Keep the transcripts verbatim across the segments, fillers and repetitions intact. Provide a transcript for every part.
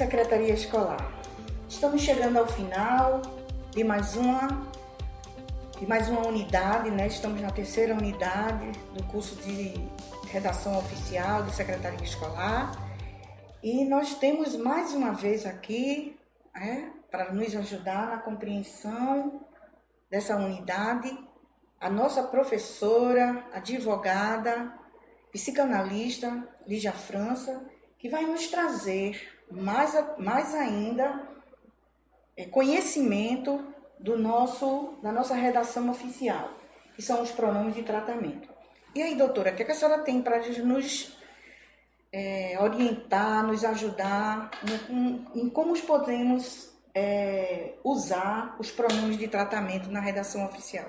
Secretaria Escolar. Estamos chegando ao final de mais uma, de mais uma unidade, né? Estamos na terceira unidade do curso de Redação Oficial de Secretaria Escolar e nós temos mais uma vez aqui, né, para nos ajudar na compreensão dessa unidade, a nossa professora, advogada, psicanalista, Lígia França, que vai nos trazer mais, mais ainda é, conhecimento do nosso, da nossa redação oficial, que são os pronomes de tratamento. E aí, doutora, o que a senhora tem para nos é, orientar, nos ajudar em, em como podemos é, usar os pronomes de tratamento na redação oficial?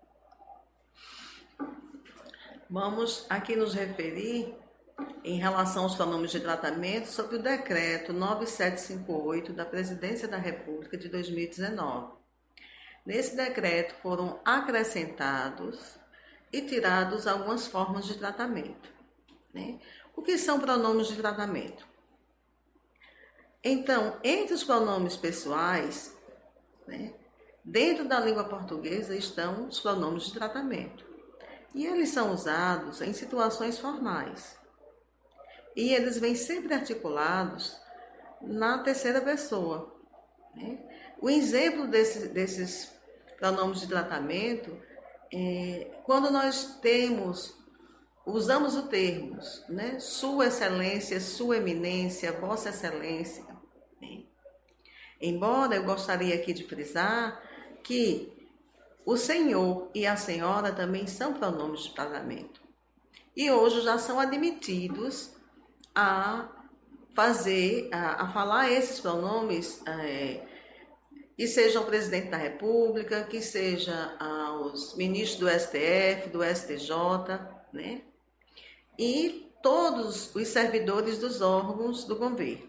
Vamos aqui nos referir em relação aos pronomes de tratamento sobre o decreto nove mil setecentos e cinquenta e oito da Presidência da República de dois mil e dezenove. Nesse decreto foram acrescentados e tirados algumas formas de tratamento, né? O que são pronomes de tratamento? Então, entre os pronomes pessoais, né, dentro da língua portuguesa estão os pronomes de tratamento. E eles são usados em situações formais. E eles vêm sempre articulados na terceira pessoa, né? O exemplo desse, desses pronomes de tratamento é quando nós temos, usamos o termo, né? Sua Excelência, Sua Eminência, Vossa Excelência, né? Embora eu gostaria aqui de frisar que o senhor e a senhora também são pronomes de tratamento. E hoje já são admitidos a fazer, a, a falar esses pronomes, é, que seja o presidente da República, que seja aos ministros do S T F, do S T J, né? E todos os servidores dos órgãos do governo.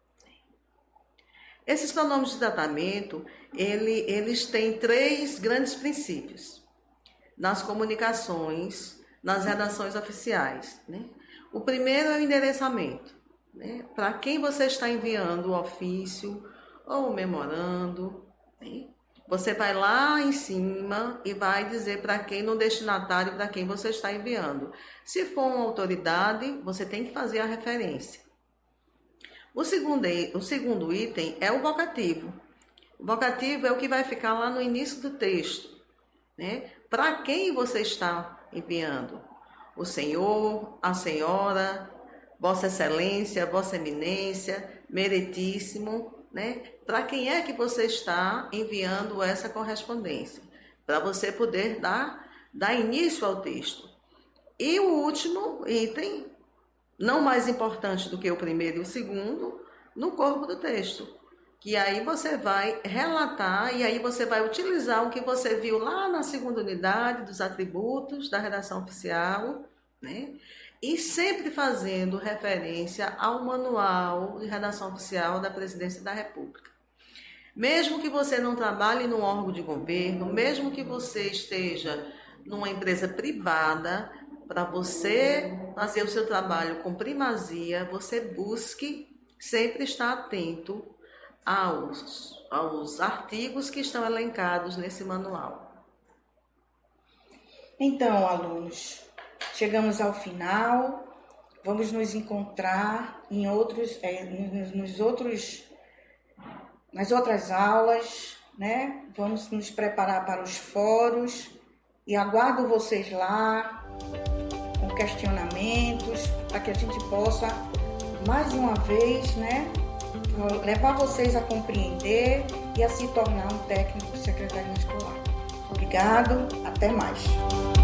Esses pronomes de tratamento, ele, eles têm três grandes princípios nas comunicações, nas redações oficiais, né? O primeiro é o endereçamento, né? Para quem você está enviando o ofício ou o memorando, né? Você vai lá em cima e vai dizer para quem, no destinatário, para quem você está enviando. Se for uma autoridade, você tem que fazer a referência. O segundo, o segundo item é o vocativo. O vocativo é o que vai ficar lá no início do texto, né? Para quem você está enviando? O senhor, a senhora, Vossa Excelência, Vossa Eminência, Meritíssimo, né? Para quem é que você está enviando essa correspondência? Para você poder dar, dar início ao texto. E o último item, não mais importante do que o primeiro e o segundo, no corpo do texto. Que aí você vai relatar e aí você vai utilizar o que você viu lá na segunda unidade dos atributos da redação oficial, né? E sempre fazendo referência ao manual de redação oficial da Presidência da República. Mesmo que você não trabalhe num órgão de governo, mesmo que você esteja numa empresa privada, para você fazer o seu trabalho com primazia, você busque sempre estar atento aos, aos artigos que estão elencados nesse manual. Então, alunos, chegamos ao final. Vamos nos encontrar em outros, é, nos, nos outros, nas outras aulas, né? Vamos nos preparar para os fóruns e aguardo vocês lá com questionamentos para que a gente possa mais uma vez, né, levar vocês a compreender e a se tornar um técnico de secretaria escolar. Obrigado, até mais.